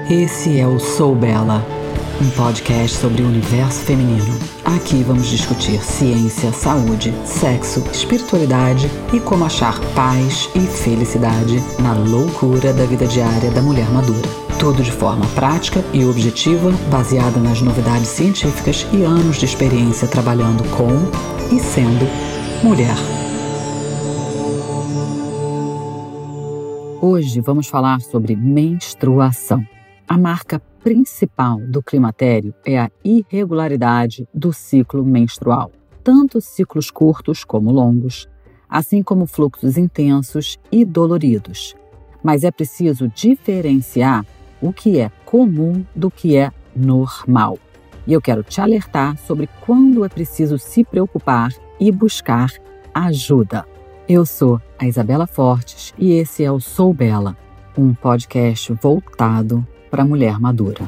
Esse é o Sou Bela, um podcast sobre o universo feminino. Aqui vamos discutir ciência, saúde, sexo, espiritualidade e como achar paz e felicidade na loucura da vida diária da mulher madura. Tudo de forma prática e objetiva, baseada nas novidades científicas e anos de experiência trabalhando com e sendo mulher. Hoje vamos falar sobre menstruação. A marca principal do climatério é a irregularidade do ciclo menstrual, tanto ciclos curtos como longos, assim como fluxos intensos e doloridos. Mas é preciso diferenciar o que é comum do que é normal. E eu quero te alertar sobre quando é preciso se preocupar e buscar ajuda. Eu sou a Isabela Fortes e esse é o Sou Bela, um podcast voltado para a mulher madura.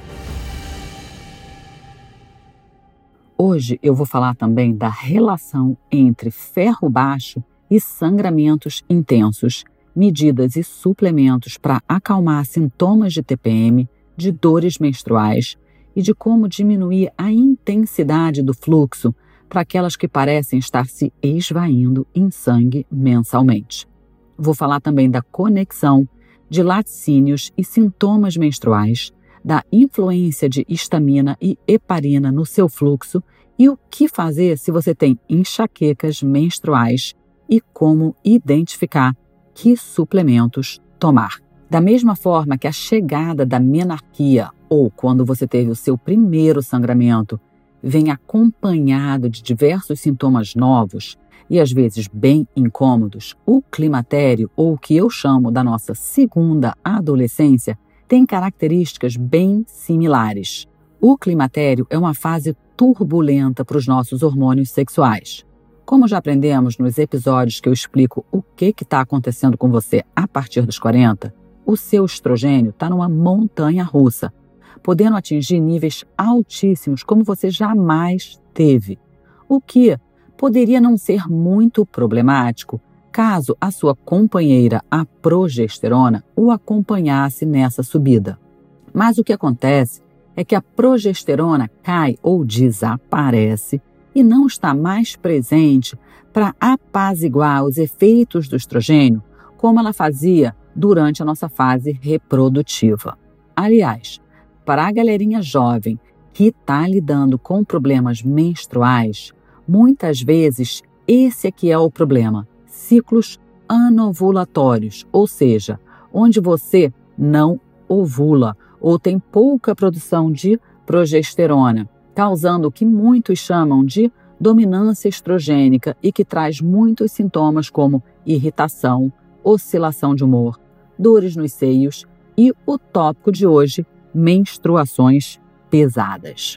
Hoje eu vou falar também da relação entre ferro baixo e sangramentos intensos, medidas e suplementos para acalmar sintomas de TPM, de dores menstruais e de como diminuir a intensidade do fluxo para aquelas que parecem estar se esvaindo em sangue mensalmente. Vou falar também da conexão de laticínios e sintomas menstruais, da influência de histamina e heparina no seu fluxo e o que fazer se você tem enxaquecas menstruais e como identificar que suplementos tomar. Da mesma forma que a chegada da menarquia ou quando você teve o seu primeiro sangramento vem acompanhado de diversos sintomas novos e às vezes bem incômodos, o climatério, ou o que eu chamo da nossa segunda adolescência, tem características bem similares. O climatério é uma fase turbulenta para os nossos hormônios sexuais. Como já aprendemos nos episódios que eu explico o que está acontecendo com você a partir dos 40, o seu estrogênio está numa montanha-russa, podendo atingir níveis altíssimos como você jamais teve, o que poderia não ser muito problemático caso a sua companheira, a progesterona, o acompanhasse nessa subida. Mas o que acontece é que a progesterona cai ou desaparece e não está mais presente para apaziguar os efeitos do estrogênio como ela fazia durante a nossa fase reprodutiva. Aliás, para a galerinha jovem que está lidando com problemas menstruais, muitas vezes esse aqui é o problema: ciclos anovulatórios, ou seja, onde você não ovula ou tem pouca produção de progesterona, causando o que muitos chamam de dominância estrogênica e que traz muitos sintomas como irritação, oscilação de humor, dores nos seios e o tópico de hoje, menstruações pesadas.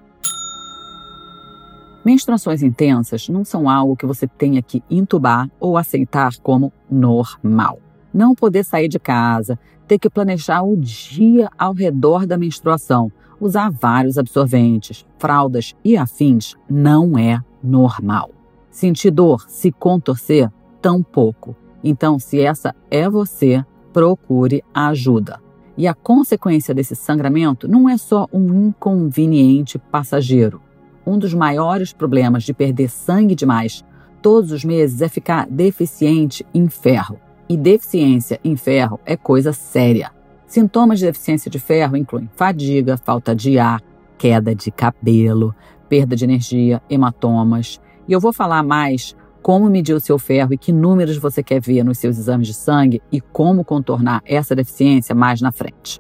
Menstruações intensas não são algo que você tenha que entubar ou aceitar como normal. Não poder sair de casa, ter que planejar o dia ao redor da menstruação, usar vários absorventes, fraldas e afins não é normal. Sentir dor, se contorcer, tampouco. Então, se essa é você, procure ajuda. E a consequência desse sangramento não é só um inconveniente passageiro. Um dos maiores problemas de perder sangue demais todos os meses é ficar deficiente em ferro. E deficiência em ferro é coisa séria. Sintomas de deficiência de ferro incluem fadiga, falta de ar, queda de cabelo, perda de energia, hematomas. E eu vou falar mais como medir o seu ferro e que números você quer ver nos seus exames de sangue e como contornar essa deficiência mais na frente.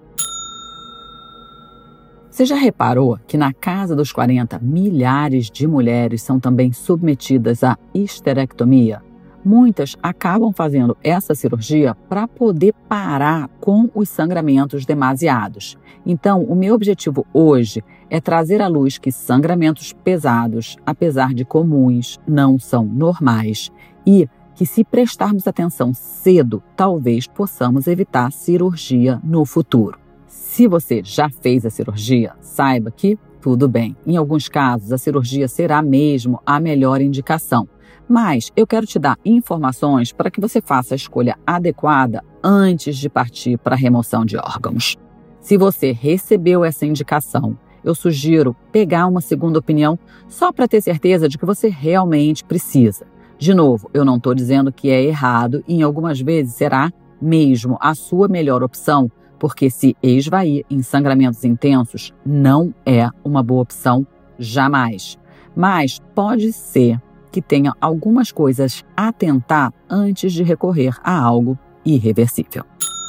Você já reparou que na casa dos 40, milhares de mulheres são também submetidas à histerectomia? Muitas acabam fazendo essa cirurgia para poder parar com os sangramentos demasiados. Então, o meu objetivo hoje é trazer à luz que sangramentos pesados, apesar de comuns, não são normais e que, se prestarmos atenção cedo, talvez possamos evitar cirurgia no futuro. Se você já fez a cirurgia, saiba que tudo bem. Em alguns casos, a cirurgia será mesmo a melhor indicação. Mas eu quero te dar informações para que você faça a escolha adequada antes de partir para a remoção de órgãos. Se você recebeu essa indicação, eu sugiro pegar uma segunda opinião só para ter certeza de que você realmente precisa. De novo, eu não estou dizendo que é errado e em algumas vezes será mesmo a sua melhor opção, porque se esvair em sangramentos intensos não é uma boa opção jamais. Mas pode ser que tenha algumas coisas a tentar antes de recorrer a algo irreversível.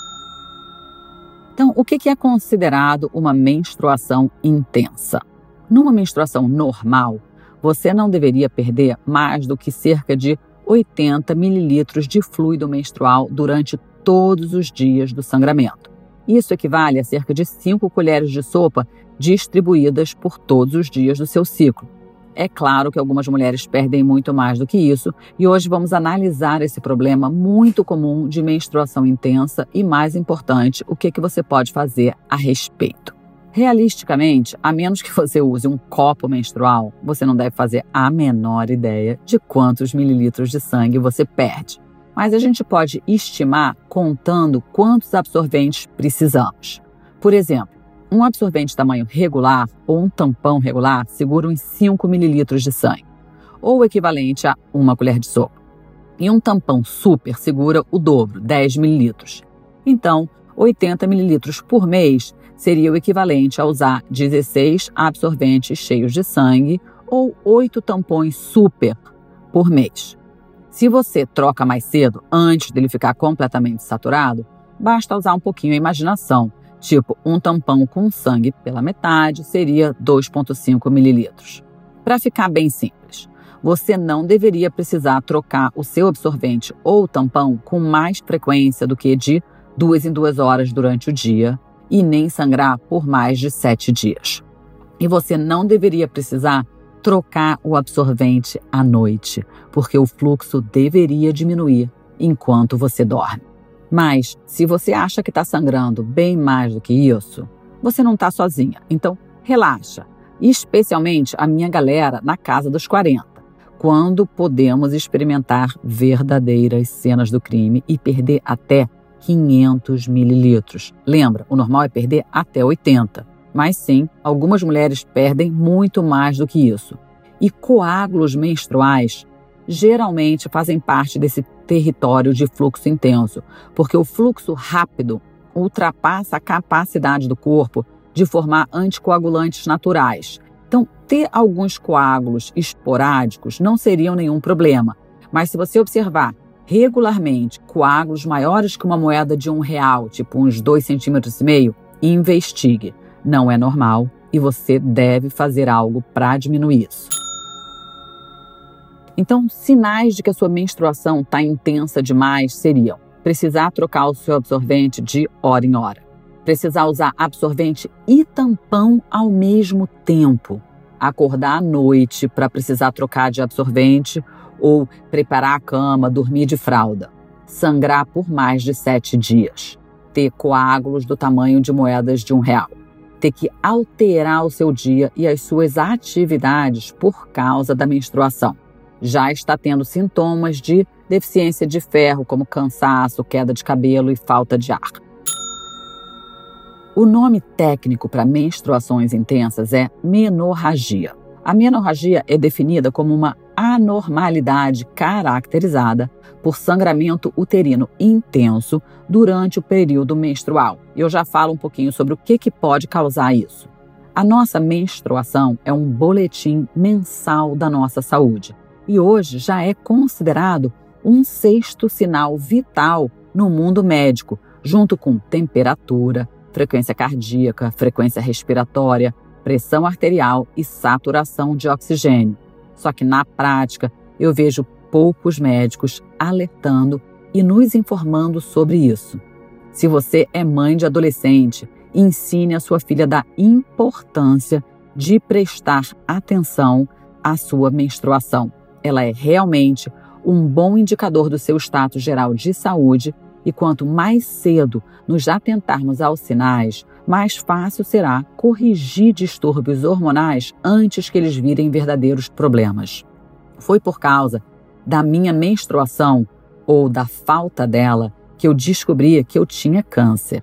Então, o que é considerado uma menstruação intensa? Numa menstruação normal, você não deveria perder mais do que cerca de 80 mililitros de fluido menstrual durante todos os dias do sangramento. Isso equivale a cerca de 5 colheres de sopa distribuídas por todos os dias do seu ciclo. É claro que algumas mulheres perdem muito mais do que isso e hoje vamos analisar esse problema muito comum de menstruação intensa e, mais importante, o que você pode fazer a respeito. Realisticamente, a menos que você use um copo menstrual, você não deve fazer a menor ideia de quantos mililitros de sangue você perde. Mas a gente pode estimar contando quantos absorventes precisamos. Por exemplo, um absorvente tamanho regular ou um tampão regular segura uns 5 mililitros de sangue, ou o equivalente a uma colher de sopa. E um tampão super segura o dobro, 10 mililitros. Então, 80 mililitros por mês seria o equivalente a usar 16 absorventes cheios de sangue ou 8 tampões super por mês. Se você troca mais cedo, antes dele ficar completamente saturado, basta usar um pouquinho a imaginação. Tipo, um tampão com sangue pela metade seria 2,5 mililitros. Para ficar bem simples, você não deveria precisar trocar o seu absorvente ou tampão com mais frequência do que de 2 em 2 horas durante o dia e nem sangrar por mais de 7 dias. E você não deveria precisar trocar o absorvente à noite, porque o fluxo deveria diminuir enquanto você dorme. Mas, se você acha que está sangrando bem mais do que isso, você não está sozinha. Então, relaxa. Especialmente a minha galera na casa dos 40, quando podemos experimentar verdadeiras cenas do crime e perder até 500 mililitros. Lembra, o normal é perder até 80. Mas sim, algumas mulheres perdem muito mais do que isso. E coágulos menstruais geralmente fazem parte desse território de fluxo intenso, porque o fluxo rápido ultrapassa a capacidade do corpo de formar anticoagulantes naturais. Então, ter alguns coágulos esporádicos não seriam nenhum problema, mas se você observar regularmente coágulos maiores que uma moeda de R$1, tipo uns 2,5 cm, investigue. Não é normal e você deve fazer algo para diminuir isso. Então, sinais de que a sua menstruação está intensa demais seriam precisar trocar o seu absorvente de hora em hora, precisar usar absorvente e tampão ao mesmo tempo, acordar à noite para precisar trocar de absorvente ou preparar a cama, dormir de fralda, sangrar por mais de 7 dias, ter coágulos do tamanho de moedas de R$1, ter que alterar o seu dia e as suas atividades por causa da menstruação. Já está tendo sintomas de deficiência de ferro, como cansaço, queda de cabelo e falta de ar. O nome técnico para menstruações intensas é menorragia. A menorragia é definida como uma anormalidade caracterizada por sangramento uterino intenso durante o período menstrual. Eu já falo um pouquinho sobre o que pode causar isso. A nossa menstruação é um boletim mensal da nossa saúde. E hoje já é considerado um 6º sinal vital no mundo médico, junto com temperatura, frequência cardíaca, frequência respiratória, pressão arterial e saturação de oxigênio. Só que na prática eu vejo poucos médicos alertando e nos informando sobre isso. Se você é mãe de adolescente, ensine a sua filha da importância de prestar atenção à sua menstruação. Ela é realmente um bom indicador do seu status geral de saúde e quanto mais cedo nos atentarmos aos sinais, mais fácil será corrigir distúrbios hormonais antes que eles virem verdadeiros problemas. Foi por causa da minha menstruação ou da falta dela que eu descobri que eu tinha câncer.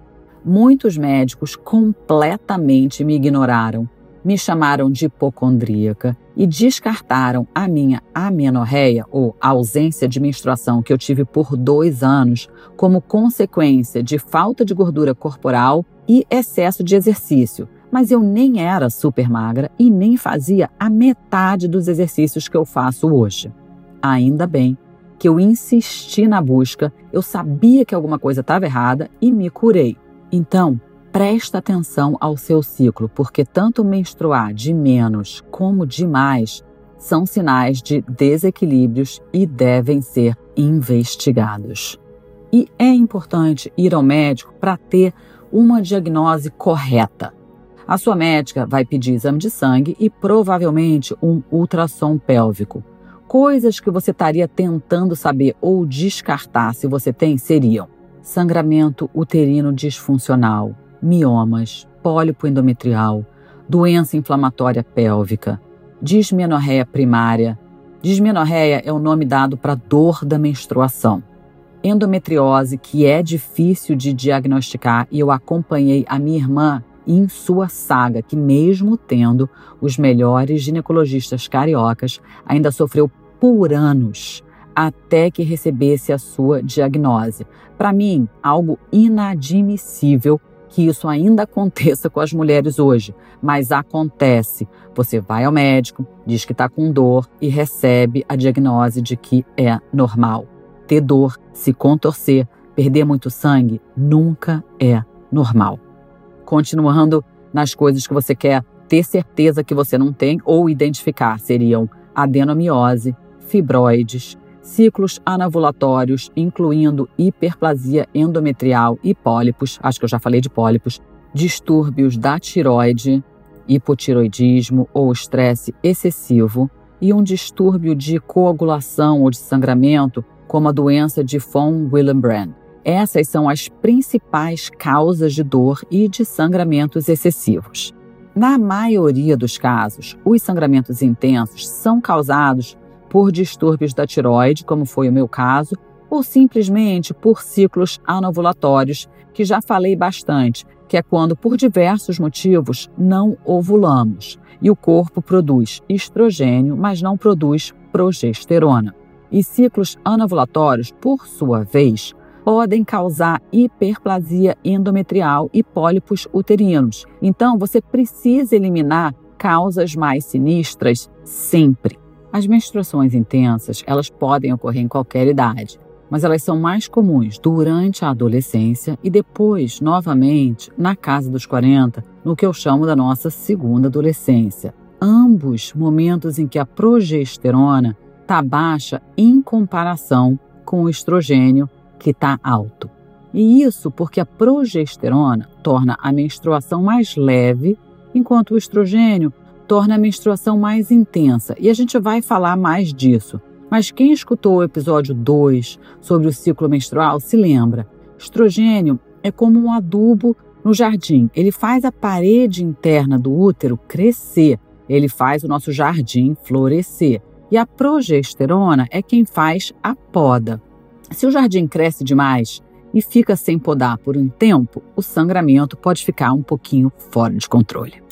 Muitos médicos completamente me ignoraram, me chamaram de hipocondríaca e descartaram a minha amenorreia, ou ausência de menstruação, que eu tive por 2 anos, como consequência de falta de gordura corporal e excesso de exercício. Mas eu nem era super magra e nem fazia a metade dos exercícios que eu faço hoje. Ainda bem que eu insisti na busca, eu sabia que alguma coisa estava errada e me curei. Então, presta atenção ao seu ciclo, porque tanto menstruar de menos como de mais são sinais de desequilíbrios e devem ser investigados. E é importante ir ao médico para ter uma diagnose correta. A sua médica vai pedir exame de sangue e provavelmente um ultrassom pélvico. Coisas que você estaria tentando saber ou descartar se você tem seriam sangramento uterino disfuncional, miomas, pólipo endometrial, doença inflamatória pélvica, dismenorreia primária. Dismenorreia é o nome dado para dor da menstruação. Endometriose, que é difícil de diagnosticar, e eu acompanhei a minha irmã em sua saga, que mesmo tendo os melhores ginecologistas cariocas, ainda sofreu por anos até que recebesse a sua diagnose. Para mim, algo inadmissível que isso ainda aconteça com as mulheres hoje, mas acontece. Você vai ao médico, diz que está com dor e recebe a diagnose de que é normal. Ter dor, se contorcer, perder muito sangue, nunca é normal. Continuando nas coisas que você quer ter certeza que você não tem ou identificar, seriam adenomiose, fibroides, ciclos anovulatórios, incluindo hiperplasia endometrial e pólipos, acho que eu já falei de pólipos, distúrbios da tireoide, hipotiroidismo ou estresse excessivo e um distúrbio de coagulação ou de sangramento, como a doença de von Willebrand. Essas são as principais causas de dor e de sangramentos excessivos. Na maioria dos casos, os sangramentos intensos são causados por distúrbios da tireoide, como foi o meu caso, ou simplesmente por ciclos anovulatórios, que já falei bastante, que é quando, por diversos motivos, não ovulamos e o corpo produz estrogênio, mas não produz progesterona. E ciclos anovulatórios, por sua vez, podem causar hiperplasia endometrial e pólipos uterinos. Então, você precisa eliminar causas mais sinistras sempre. As menstruações intensas, elas podem ocorrer em qualquer idade, mas elas são mais comuns durante a adolescência e depois, novamente, na casa dos 40, no que eu chamo da nossa segunda adolescência. Ambos momentos em que a progesterona está baixa em comparação com o estrogênio, que está alto. E isso porque a progesterona torna a menstruação mais leve, enquanto o estrogênio torna a menstruação mais intensa. E a gente vai falar mais disso. Mas quem escutou o episódio 2 sobre o ciclo menstrual se lembra. Estrogênio é como um adubo no jardim. Ele faz a parede interna do útero crescer. Ele faz o nosso jardim florescer. E a progesterona é quem faz a poda. Se o jardim cresce demais e fica sem podar por um tempo, o sangramento pode ficar um pouquinho fora de controle.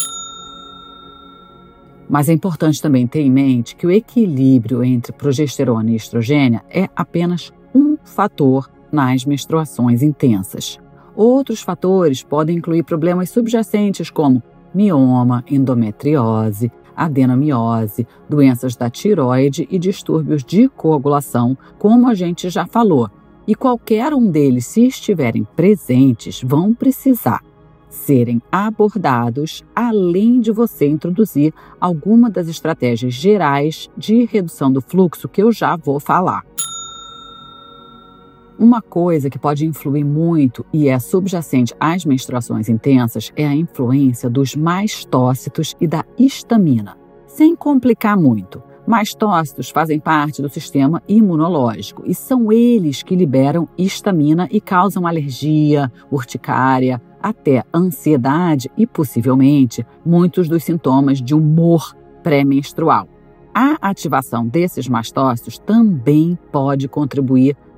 Mas é importante também ter em mente que o equilíbrio entre progesterona e estrogênio é apenas um fator nas menstruações intensas. Outros fatores podem incluir problemas subjacentes como mioma, endometriose, adenomiose, doenças da tireoide e distúrbios de coagulação, como a gente já falou. E qualquer um deles, se estiverem presentes, vão precisar serem abordados, além de você introduzir alguma das estratégias gerais de redução do fluxo que eu já vou falar. Uma coisa que pode influir muito e é subjacente às menstruações intensas é a influência dos mastócitos e da histamina. Sem complicar muito, mastócitos fazem parte do sistema imunológico e são eles que liberam histamina e causam alergia, urticária, até ansiedade e, possivelmente, muitos dos sintomas de humor pré-menstrual. A ativação desses mastócitos também pode contribuir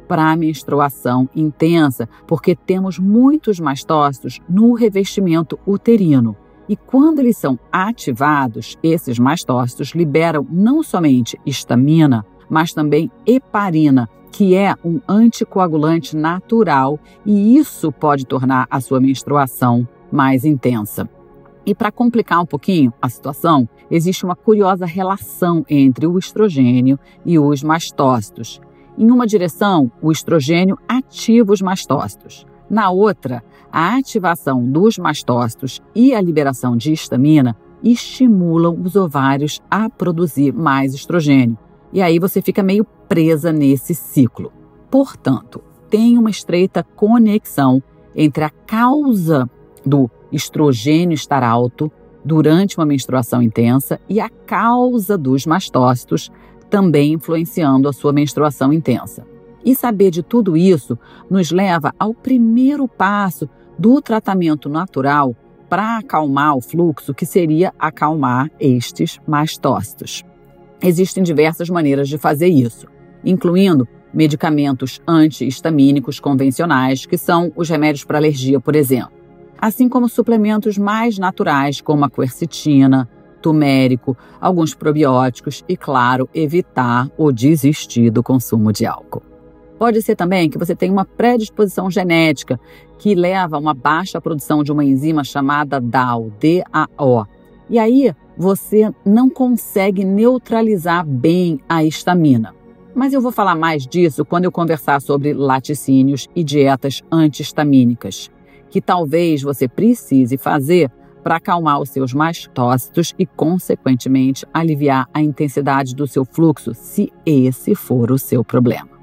para a menstruação intensa, porque temos muitos mastócitos no revestimento uterino. E quando eles são ativados, esses mastócitos liberam não somente histamina, mas também heparina, que é um anticoagulante natural, e isso pode tornar a sua menstruação mais intensa. E para complicar um pouquinho a situação, existe uma curiosa relação entre o estrogênio e os mastócitos. Em uma direção, o estrogênio ativa os mastócitos. Na outra, a ativação dos mastócitos e a liberação de histamina estimulam os ovários a produzir mais estrogênio. E aí você fica meio presa nesse ciclo. Portanto, tem uma estreita conexão entre a causa do estrogênio estar alto durante uma menstruação intensa e a causa dos mastócitos também influenciando a sua menstruação intensa. E saber de tudo isso nos leva ao primeiro passo do tratamento natural para acalmar o fluxo, que seria acalmar estes mastócitos. Existem diversas maneiras de fazer isso, incluindo medicamentos anti-histamínicos convencionais, que são os remédios para alergia, por exemplo, assim como suplementos mais naturais, como a quercetina, turmérico, alguns probióticos e, claro, evitar ou desistir do consumo de álcool. Pode ser também que você tenha uma predisposição genética que leva a uma baixa produção de uma enzima chamada DAO, D-A-O. E aí você não consegue neutralizar bem a histamina. Mas eu vou falar mais disso quando eu conversar sobre laticínios e dietas antihistamínicas, que talvez você precise fazer para acalmar os seus mastócitos e, consequentemente, aliviar a intensidade do seu fluxo, se esse for o seu problema.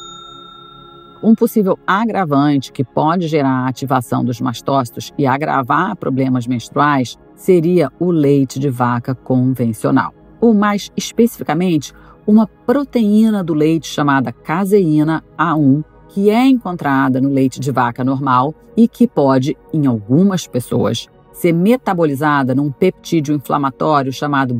Um possível agravante que pode gerar a ativação dos mastócitos e agravar problemas menstruais seria o leite de vaca convencional, ou mais especificamente, uma proteína do leite chamada caseína A1, que é encontrada no leite de vaca normal e que pode, em algumas pessoas, ser metabolizada num peptídeo inflamatório chamado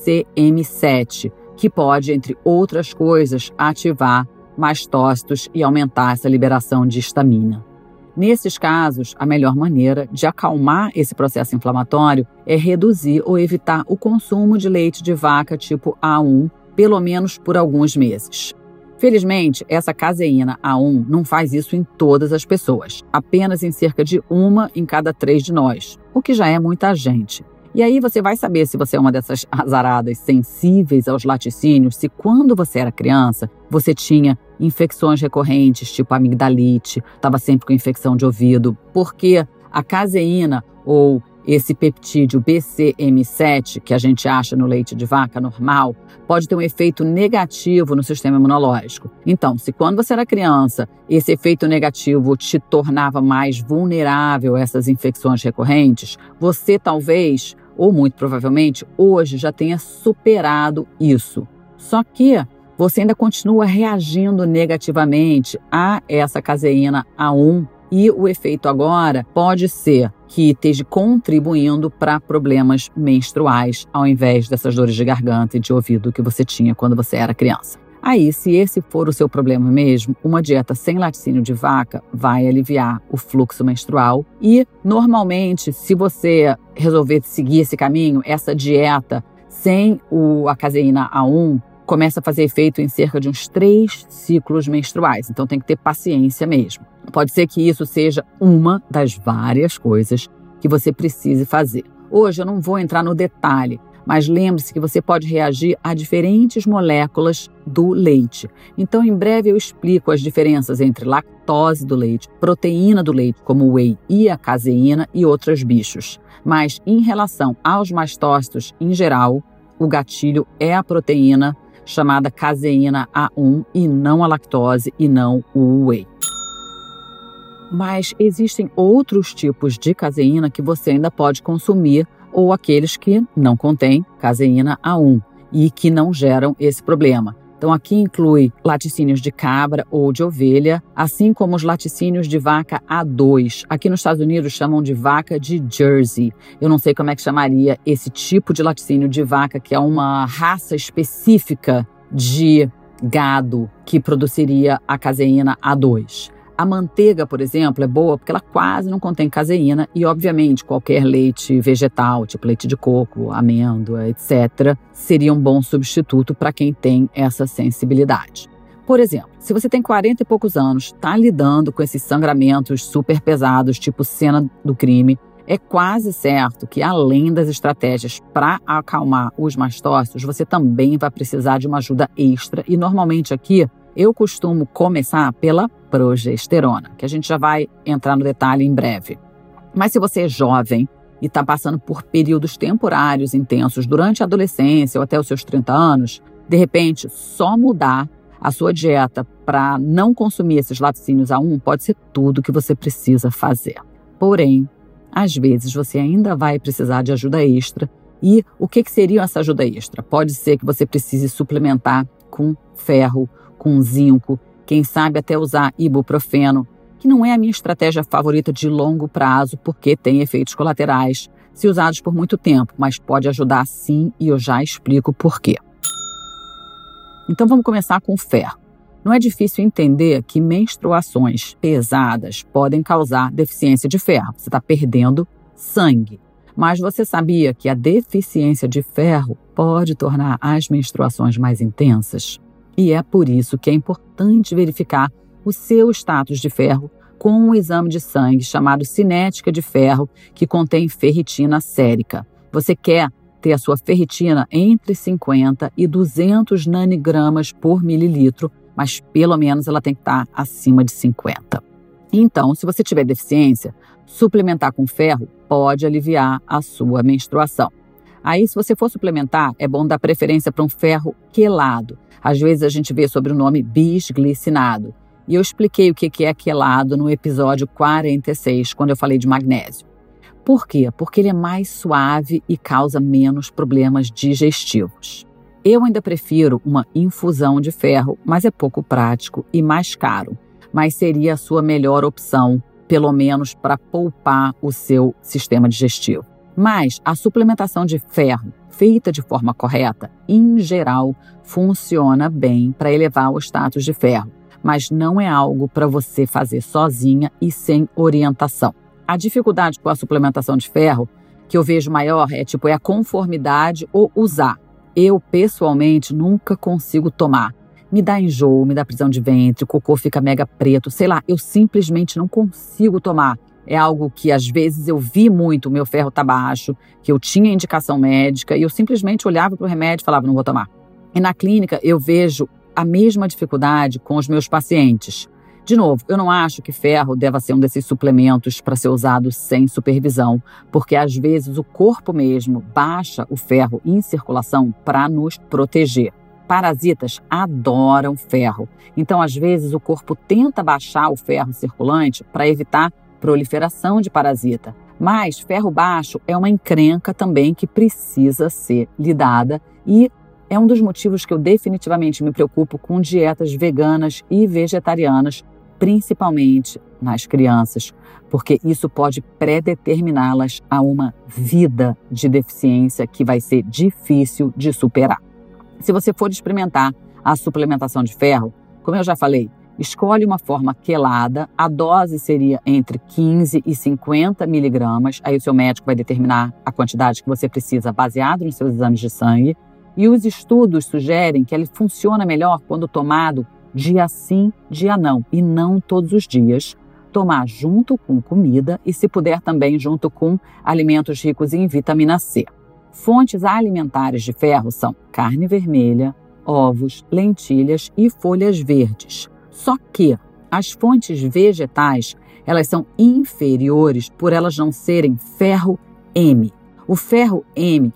BCM7, que pode, entre outras coisas, ativar mastócitos e aumentar essa liberação de histamina. Nesses casos, a melhor maneira de acalmar esse processo inflamatório é reduzir ou evitar o consumo de leite de vaca tipo A1, pelo menos por alguns meses. Felizmente, essa caseína A1 não faz isso em todas as pessoas, apenas em cerca de 1 em cada 3 de nós, o que já é muita gente. E aí você vai saber se você é uma dessas azaradas sensíveis aos laticínios, se quando você era criança, você tinha infecções recorrentes, tipo amigdalite, estava sempre com infecção de ouvido, porque a caseína ou esse peptídeo BCM7, que a gente acha no leite de vaca normal, pode ter um efeito negativo no sistema imunológico. Então, se quando você era criança, esse efeito negativo te tornava mais vulnerável a essas infecções recorrentes, você talvez, ou muito provavelmente, hoje já tenha superado isso. Só que você ainda continua reagindo negativamente a essa caseína A1, e o efeito agora pode ser que esteja contribuindo para problemas menstruais, ao invés dessas dores de garganta e de ouvido que você tinha quando você era criança. Aí, se esse for o seu problema mesmo, uma dieta sem laticínio de vaca vai aliviar o fluxo menstrual e, normalmente, se você resolver seguir esse caminho, essa dieta sem a caseína A1 começa a fazer efeito em cerca de uns 3 ciclos menstruais. Então tem que ter paciência mesmo. Pode ser que isso seja uma das várias coisas que você precise fazer. Hoje eu não vou entrar no detalhe, mas lembre-se que você pode reagir a diferentes moléculas do leite. Então em breve eu explico as diferenças entre lactose do leite, proteína do leite, como o whey e a caseína e outros bichos. Mas em relação aos mastócitos em geral, o gatilho é a proteína chamada caseína A1 e não a lactose e não o whey. Mas existem outros tipos de caseína que você ainda pode consumir ou aqueles que não contêm caseína A1 e que não geram esse problema. Então aqui inclui laticínios de cabra ou de ovelha, assim como os laticínios de vaca A2. Aqui nos Estados Unidos chamam de vaca de Jersey. Eu não sei como é que chamaria esse tipo de laticínio de vaca, que é uma raça específica de gado que produziria a caseína A2. A manteiga, por exemplo, é boa porque ela quase não contém caseína e, obviamente, qualquer leite vegetal, tipo leite de coco, amêndoa, etc., seria um bom substituto para quem tem essa sensibilidade. Por exemplo, se você tem 40 e poucos anos, está lidando com esses sangramentos super pesados, tipo cena do crime, é quase certo que, além das estratégias para acalmar os mastócitos, você também vai precisar de uma ajuda extra e, normalmente, aqui, eu costumo começar pela progesterona, que a gente já vai entrar no detalhe em breve. Mas se você é jovem e está passando por períodos temporários intensos durante a adolescência ou até os seus 30 anos, de repente, só mudar a sua dieta para não consumir esses laticínios A1 pode ser tudo que você precisa fazer. Porém, às vezes você ainda vai precisar de ajuda extra. E o que seria essa ajuda extra? Pode ser que você precise suplementar com ferro, com zinco, quem sabe até usar ibuprofeno, que não é a minha estratégia favorita de longo prazo porque tem efeitos colaterais se usados por muito tempo, mas pode ajudar sim e eu já explico por quê. Então vamos começar com o ferro. Não é difícil entender que menstruações pesadas podem causar deficiência de ferro. Você está perdendo sangue. Mas você sabia que a deficiência de ferro pode tornar as menstruações mais intensas? E é por isso que é importante verificar o seu status de ferro com um exame de sangue chamado cinética de ferro, que contém ferritina sérica. Você quer ter a sua ferritina entre 50 e 200 nanogramas por mililitro, mas pelo menos ela tem que estar acima de 50. Então, se você tiver deficiência, suplementar com ferro pode aliviar a sua menstruação. Aí, se você for suplementar, é bom dar preferência para um ferro quelado. Às vezes a gente vê sobre o nome bisglicinado. E eu expliquei o que é quelado no episódio 46, quando eu falei de magnésio. Por quê? Porque ele é mais suave e causa menos problemas digestivos. Eu ainda prefiro uma infusão de ferro, mas é pouco prático e mais caro. Mas seria a sua melhor opção, pelo menos para poupar o seu sistema digestivo. Mas a suplementação de ferro, feita de forma correta, em geral, funciona bem para elevar o status de ferro, mas não é algo para você fazer sozinha e sem orientação. A dificuldade com a suplementação de ferro que eu vejo maior é a conformidade ou usar. Eu, pessoalmente, nunca consigo tomar. Me dá enjoo, me dá prisão de ventre, o cocô fica mega preto, sei lá, eu simplesmente não consigo tomar. É algo que às vezes eu vi muito, o meu ferro tá baixo, que eu tinha indicação médica e eu simplesmente olhava para o remédio e falava, não vou tomar. E na clínica eu vejo a mesma dificuldade com os meus pacientes. De novo, eu não acho que ferro deva ser um desses suplementos para ser usado sem supervisão, porque às vezes o corpo mesmo baixa o ferro em circulação para nos proteger. Parasitas adoram ferro, então às vezes o corpo tenta baixar o ferro circulante para evitar proliferação de parasita. Mas ferro baixo é uma encrenca também que precisa ser lidada e é um dos motivos que eu definitivamente me preocupo com dietas veganas e vegetarianas, principalmente nas crianças, porque isso pode predeterminá-las a uma vida de deficiência que vai ser difícil de superar. Se você for experimentar a suplementação de ferro, como eu já falei, escolhe uma forma quelada, a dose seria entre 15 e 50 miligramas, aí o seu médico vai determinar a quantidade que você precisa baseado nos seus exames de sangue, e os estudos sugerem que ele funciona melhor quando tomado dia sim, dia não, e não todos os dias. Tomar junto com comida e, se puder, também junto com alimentos ricos em vitamina C. Fontes alimentares de ferro são carne vermelha, ovos, lentilhas e folhas verdes. Só que as fontes vegetais, elas são inferiores por elas não serem ferro M. O ferro M,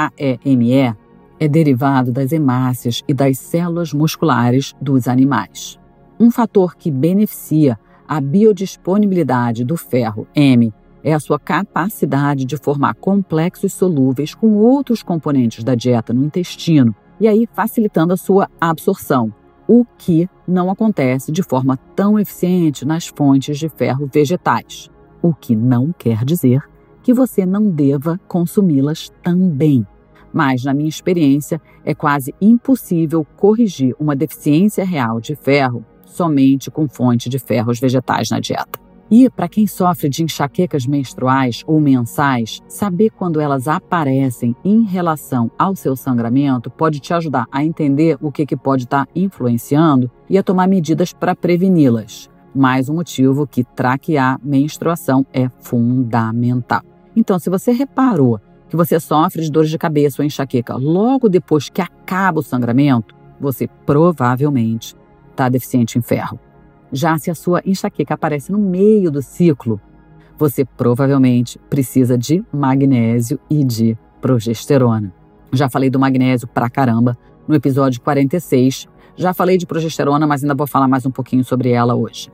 HEME, é derivado das hemácias e das células musculares dos animais. Um fator que beneficia a biodisponibilidade do ferro M é a sua capacidade de formar complexos solúveis com outros componentes da dieta no intestino e aí facilitando a sua absorção, o que não acontece de forma tão eficiente nas fontes de ferro vegetais, o que não quer dizer que você não deva consumi-las também. Mas, na minha experiência, é quase impossível corrigir uma deficiência real de ferro somente com fonte de ferros vegetais na dieta. E, para quem sofre de enxaquecas menstruais ou mensais, saber quando elas aparecem em relação ao seu sangramento pode te ajudar a entender o que pode estar influenciando e a tomar medidas para preveni-las. Mais um motivo que traquear menstruação é fundamental. Então, se você reparou que você sofre de dores de cabeça ou enxaqueca logo depois que acaba o sangramento, você provavelmente está deficiente em ferro. Já se a sua enxaqueca aparece no meio do ciclo, você provavelmente precisa de magnésio e de progesterona. Já falei do magnésio pra caramba no episódio 46. Já falei de progesterona, mas ainda vou falar mais um pouquinho sobre ela hoje.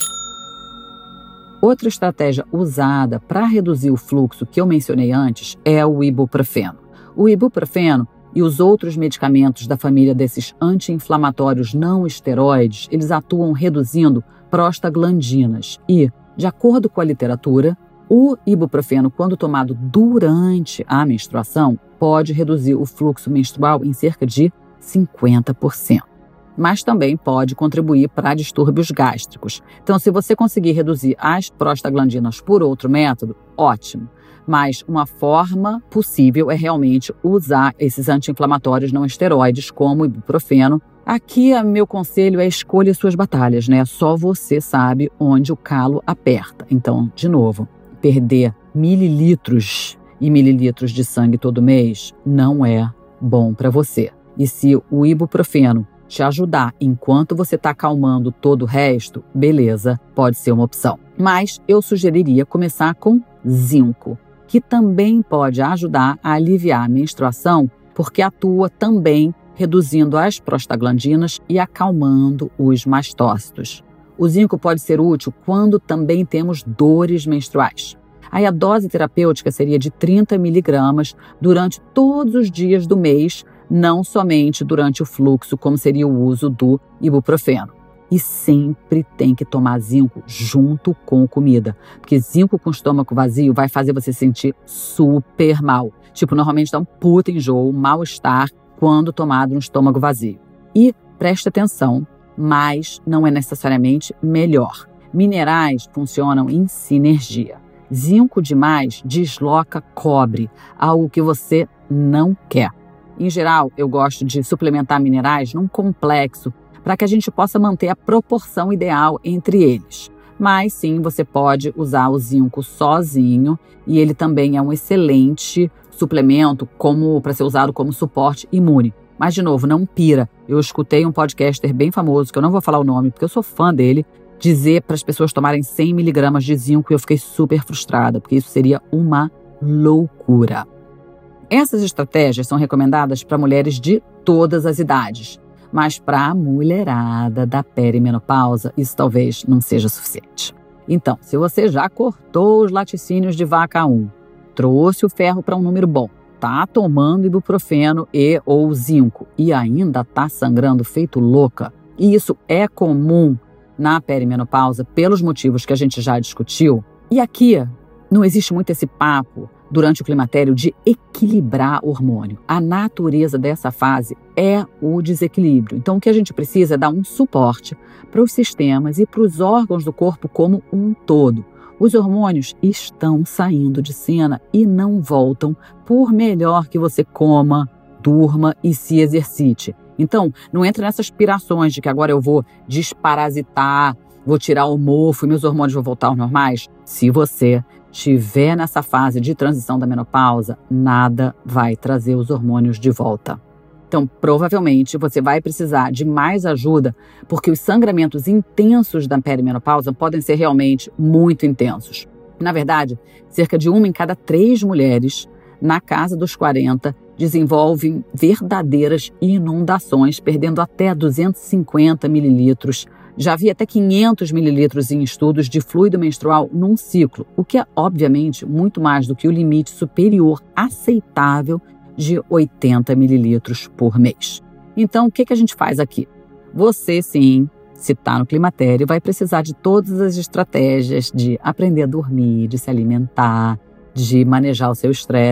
Outra estratégia usada para reduzir o fluxo que eu mencionei antes é o ibuprofeno. O ibuprofeno e os outros medicamentos da família desses anti-inflamatórios não esteroides, eles atuam reduzindo prostaglandinas e, de acordo com a literatura, o ibuprofeno, quando tomado durante a menstruação, pode reduzir o fluxo menstrual em cerca de 50%. Mas também pode contribuir para distúrbios gástricos. Então, se você conseguir reduzir as prostaglandinas por outro método, ótimo. Mas uma forma possível é realmente usar esses anti-inflamatórios não esteroides, como o ibuprofeno. Aqui, meu conselho é escolha suas batalhas, né? Só você sabe onde o calo aperta. Então, de novo, perder mililitros e mililitros de sangue todo mês não é bom para você. E se o ibuprofeno te ajudar enquanto você está acalmando todo o resto, beleza, pode ser uma opção. Mas eu sugeriria começar com zinco, que também pode ajudar a aliviar a menstruação, porque atua também reduzindo as prostaglandinas e acalmando os mastócitos. O zinco pode ser útil quando também temos dores menstruais. Aí a dose terapêutica seria de 30 miligramas durante todos os dias do mês, não somente durante o fluxo, como seria o uso do ibuprofeno. E sempre tem que tomar zinco junto com comida, porque zinco com estômago vazio vai fazer você sentir super mal. Tipo, normalmente dá um puta enjoo, mal-estar quando tomado no estômago vazio. E preste atenção, mas não é necessariamente melhor. Minerais funcionam em sinergia. Zinco demais desloca cobre, algo que você não quer. Em geral, eu gosto de suplementar minerais num complexo para que a gente possa manter a proporção ideal entre eles. Mas sim, você pode usar o zinco sozinho e ele também é um excelente suplemento para ser usado como suporte imune. Mas, de novo, não pira. Eu escutei um podcaster bem famoso, que eu não vou falar o nome porque eu sou fã dele, dizer para as pessoas tomarem 100 miligramas de zinco e eu fiquei super frustrada, porque isso seria uma loucura. Essas estratégias são recomendadas para mulheres de todas as idades, mas para a mulherada da perimenopausa, isso talvez não seja suficiente. Então, se você já cortou os laticínios de vaca 1, trouxe o ferro para um número bom, tá tomando ibuprofeno ou zinco e ainda tá sangrando feito louca, e isso é comum na perimenopausa pelos motivos que a gente já discutiu, e aqui não existe muito esse papo durante o climatério de equilibrar o hormônio. A natureza dessa fase é o desequilíbrio. Então, o que a gente precisa é dar um suporte para os sistemas e para os órgãos do corpo como um todo. Os hormônios estão saindo de cena e não voltam por melhor que você coma, durma e se exercite. Então, não entra nessas pirações de que agora eu vou desparasitar, vou tirar o mofo e meus hormônios vão voltar aos normais. Se você estiver nessa fase de transição da menopausa, nada vai trazer os hormônios de volta. Então, provavelmente, você vai precisar de mais ajuda, porque os sangramentos intensos da perimenopausa podem ser realmente muito intensos. Na verdade, cerca de 1 em cada 3 mulheres, na casa dos 40, desenvolvem verdadeiras inundações, perdendo até 250 mililitros. Já havia até 500 mililitros em estudos de fluido menstrual num ciclo, o que é, obviamente, muito mais do que o limite superior aceitável de 80 mililitros por mês. Então, o que a gente faz aqui? Você, sim, se está no climatério, vai precisar de todas as estratégias de aprender a dormir, de se alimentar, de manejar o seu estresse.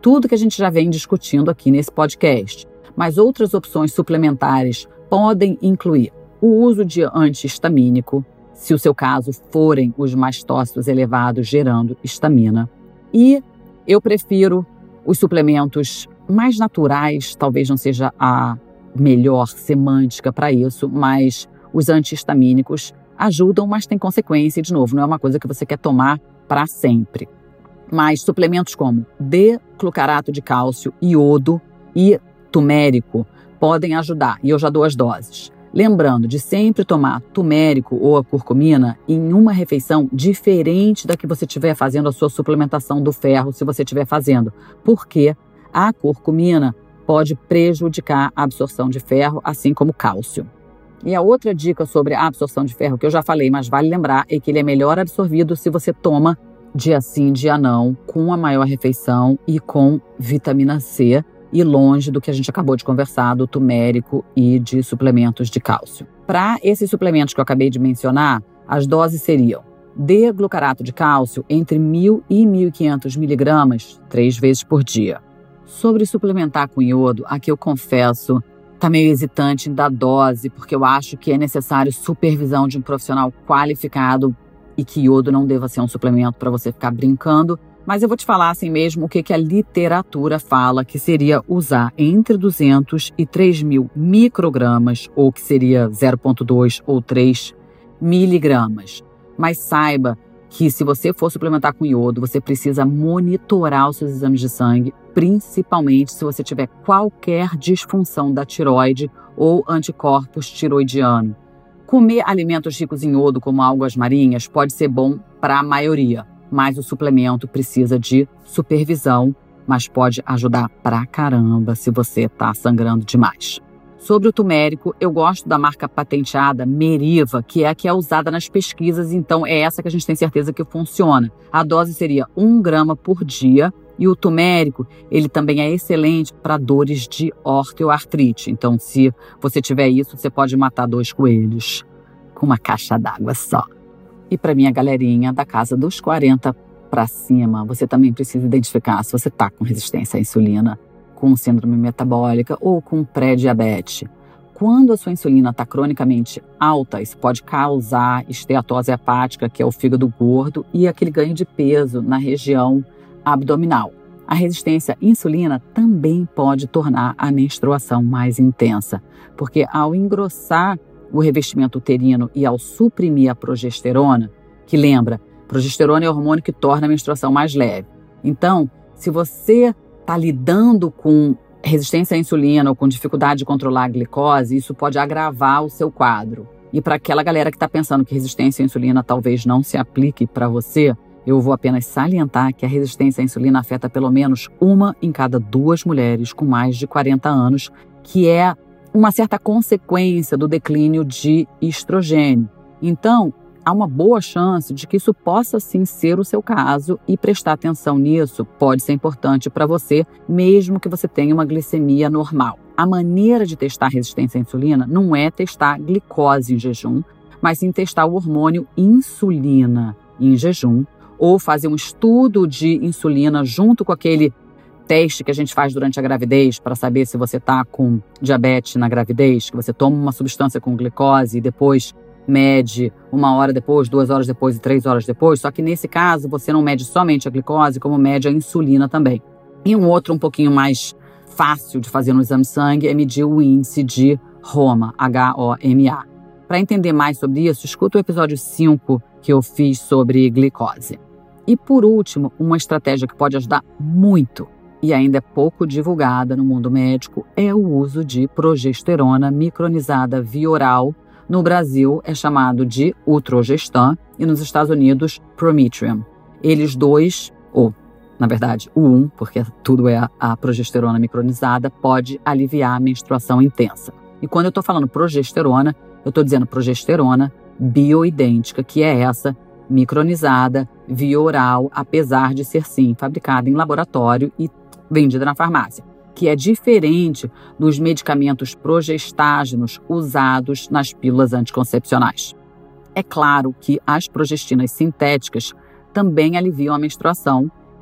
tudo que a gente já vem discutindo aqui nesse podcast. Mas outras opções suplementares podem incluir o uso de antihistamínico, se o seu caso forem os mastócitos elevados gerando histamina. E eu prefiro os suplementos mais naturais, talvez não seja a melhor semântica para isso, mas os antihistamínicos ajudam, mas tem consequência, e de novo, não é uma coisa que você quer tomar para sempre. Mas suplementos como D-glucarato de cálcio, iodo e turmérico podem ajudar, e eu já dou as doses. Lembrando de sempre tomar turmérico ou a curcumina em uma refeição diferente da que você estiver fazendo a sua suplementação do ferro, se você estiver fazendo, porque a curcumina pode prejudicar a absorção de ferro, assim como cálcio. E a outra dica sobre a absorção de ferro, que eu já falei, mas vale lembrar, é que ele é melhor absorvido se você toma dia sim, dia não, com a maior refeição e com vitamina C, e longe do que a gente acabou de conversar, do turmérico e de suplementos de cálcio. Para esses suplementos que eu acabei de mencionar, as doses seriam D-glucarato de cálcio entre 1.000 e 1.500 miligramas 3 vezes por dia. Sobre suplementar com iodo, aqui eu confesso, tá meio hesitante em dar dose, porque eu acho que é necessário supervisão de um profissional qualificado e que iodo não deva ser um suplemento para você ficar brincando. Mas eu vou te falar assim mesmo o que a literatura fala que seria usar entre 200 e 3.000 microgramas, ou que seria 0,2 ou 3 miligramas. Mas saiba que se você for suplementar com iodo, você precisa monitorar os seus exames de sangue, principalmente se você tiver qualquer disfunção da tireoide ou anticorpos tiroidiano. Comer alimentos ricos em iodo, como algas marinhas, pode ser bom para a maioria, mas o suplemento precisa de supervisão, mas pode ajudar pra caramba se você está sangrando demais. Sobre o turmérico, eu gosto da marca patenteada Meriva, que é a que é usada nas pesquisas, então é essa que a gente tem certeza que funciona. A dose seria 1 grama por dia, e o turmérico, ele também é excelente para dores de osteoartrite. Então, se você tiver isso, você pode matar 2 coelhos com uma caixa d'água só. E para minha galerinha da casa dos 40 para cima, você também precisa identificar se você está com resistência à insulina, com síndrome metabólica ou com pré-diabetes. Quando a sua insulina está cronicamente alta, isso pode causar esteatose hepática, que é o fígado gordo, e aquele ganho de peso na região abdominal. A resistência à insulina também pode tornar a menstruação mais intensa, porque ao engrossar o revestimento uterino e ao suprimir a progesterona, que lembra, progesterona é o hormônio que torna a menstruação mais leve. Então, se você está lidando com resistência à insulina ou com dificuldade de controlar a glicose, isso pode agravar o seu quadro. E para aquela galera que está pensando que resistência à insulina talvez não se aplique para você, eu vou apenas salientar que a resistência à insulina afeta pelo menos 1 em cada 2 mulheres com mais de 40 anos, que é uma certa consequência do declínio de estrogênio. Então, há uma boa chance de que isso possa sim ser o seu caso, e prestar atenção nisso pode ser importante para você, mesmo que você tenha uma glicemia normal. A maneira de testar resistência à insulina não é testar glicose em jejum, mas sim testar o hormônio insulina em jejum, ou fazer um estudo de insulina junto com aquele teste que a gente faz durante a gravidez para saber se você está com diabetes na gravidez, que você toma uma substância com glicose e depois mede 1 hora depois, 2 horas depois e 3 horas depois, só que nesse caso você não mede somente a glicose, como mede a insulina também. E um outro um pouquinho mais fácil de fazer no exame de sangue é medir o índice de HOMA, H-O-M-A. Para entender mais sobre isso, escuta o episódio 5 que eu fiz sobre glicose. E por último, uma estratégia que pode ajudar muito e ainda é pouco divulgada no mundo médico é o uso de progesterona micronizada via oral. No Brasil é chamado de Utrogestan e nos Estados Unidos Prometrium. Eles dois, ou na verdade o um, porque tudo é a progesterona micronizada, pode aliviar a menstruação intensa. E quando eu estou falando progesterona, eu estou dizendo progesterona bioidêntica, que é essa micronizada via oral, apesar de ser sim fabricada em laboratório e vendida na farmácia, que é diferente dos medicamentos progestágenos usados nas pílulas anticoncepcionais. É claro que as progestinas sintéticas também aliviam a menstruação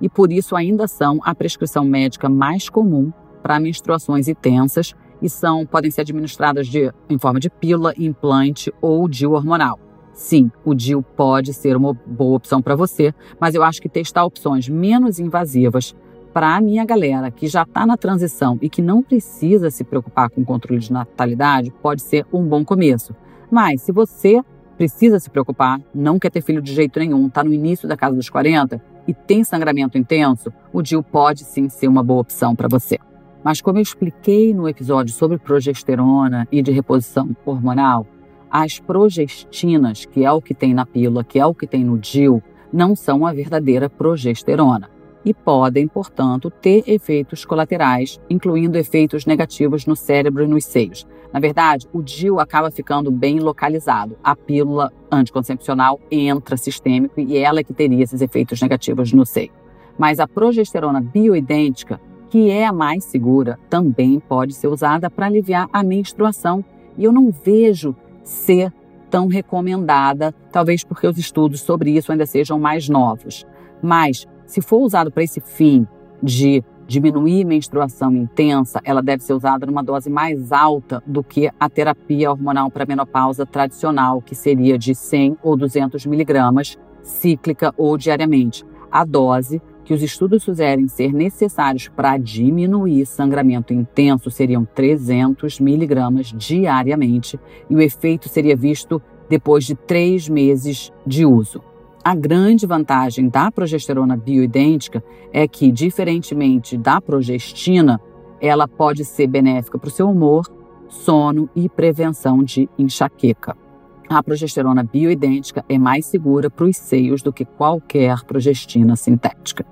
e por isso ainda são a prescrição médica mais comum para menstruações intensas e podem ser administradas em forma de pílula, implante ou DIU hormonal. Sim, o DIU pode ser uma boa opção para você, mas eu acho que testar opções menos invasivas para a minha galera que já está na transição e que não precisa se preocupar com o controle de natalidade pode ser um bom começo. Mas se você precisa se preocupar, não quer ter filho de jeito nenhum, está no início da casa dos 40 e tem sangramento intenso, o DIU pode sim ser uma boa opção para você. Mas como eu expliquei no episódio sobre progesterona e de reposição hormonal, as progestinas, que é o que tem na pílula, que é o que tem no DIU, não são a verdadeira progesterona e podem, portanto, ter efeitos colaterais, incluindo efeitos negativos no cérebro e nos seios. Na verdade, o DIU acaba ficando bem localizado. A pílula anticoncepcional entra sistêmico e ela é que teria esses efeitos negativos no seio. Mas a progesterona bioidêntica, que é a mais segura, também pode ser usada para aliviar a menstruação. E eu não vejo ser tão recomendada, talvez porque os estudos sobre isso ainda sejam mais novos. Mas, se for usado para esse fim de diminuir menstruação intensa, ela deve ser usada numa dose mais alta do que a terapia hormonal para menopausa tradicional, que seria de 100 ou 200 miligramas, cíclica ou diariamente. A dose que os estudos fizerem ser necessários para diminuir sangramento intenso seriam 300 miligramas diariamente e o efeito seria visto depois de 3 meses de uso. A grande vantagem da progesterona bioidêntica é que, diferentemente da progestina, ela pode ser benéfica para o seu humor, sono e prevenção de enxaqueca. A progesterona bioidêntica é mais segura para os seios do que qualquer progestina sintética.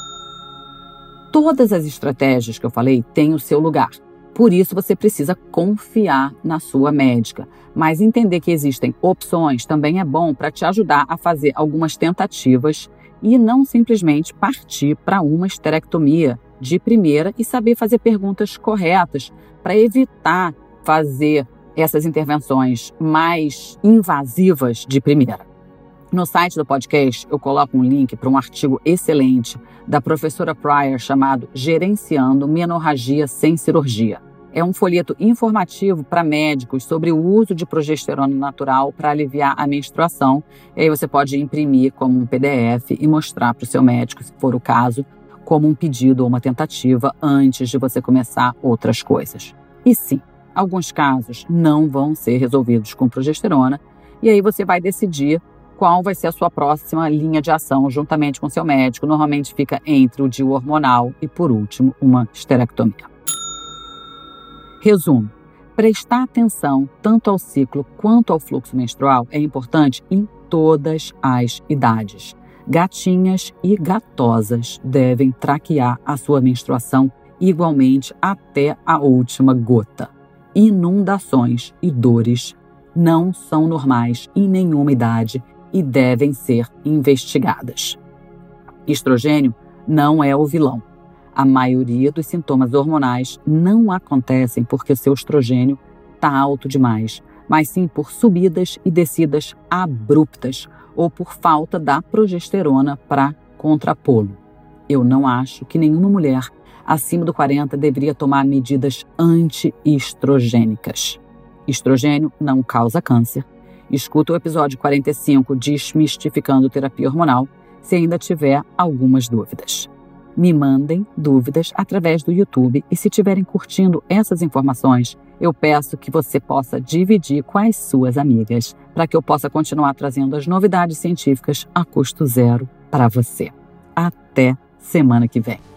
Todas as estratégias que eu falei têm o seu lugar. Por isso, você precisa confiar na sua médica. Mas entender que existem opções também é bom para te ajudar a fazer algumas tentativas e não simplesmente partir para uma esterectomia de primeira e saber fazer perguntas corretas para evitar fazer essas intervenções mais invasivas de primeira. No site do podcast, eu coloco um link para um artigo excelente da professora Pryor chamado Gerenciando Menorragia Sem Cirurgia. É um folheto informativo para médicos sobre o uso de progesterona natural para aliviar a menstruação. E aí você pode imprimir como um PDF e mostrar para o seu médico, se for o caso, como um pedido ou uma tentativa antes de você começar outras coisas. E sim, alguns casos não vão ser resolvidos com progesterona e aí você vai decidir qual vai ser a sua próxima linha de ação juntamente com seu médico. Normalmente fica entre o DIU hormonal e, por último, uma esterectomia. Resumo: prestar atenção tanto ao ciclo quanto ao fluxo menstrual é importante em todas as idades. Gatinhas e gatosas devem traquear a sua menstruação igualmente até a última gota. Inundações e dores não são normais em nenhuma idade e devem ser investigadas. Estrogênio não é o vilão. A maioria dos sintomas hormonais não acontecem porque seu estrogênio está alto demais, mas sim por subidas e descidas abruptas ou por falta da progesterona para contrapô-lo. Eu não acho que nenhuma mulher acima do 40 deveria tomar medidas anti-estrogênicas. Estrogênio não causa câncer. Escuta o episódio 45, Desmistificando Terapia Hormonal, se ainda tiver algumas dúvidas. Me mandem dúvidas através do YouTube e se estiverem curtindo essas informações, eu peço que você possa dividir com as suas amigas, para que eu possa continuar trazendo as novidades científicas a custo zero para você. Até semana que vem.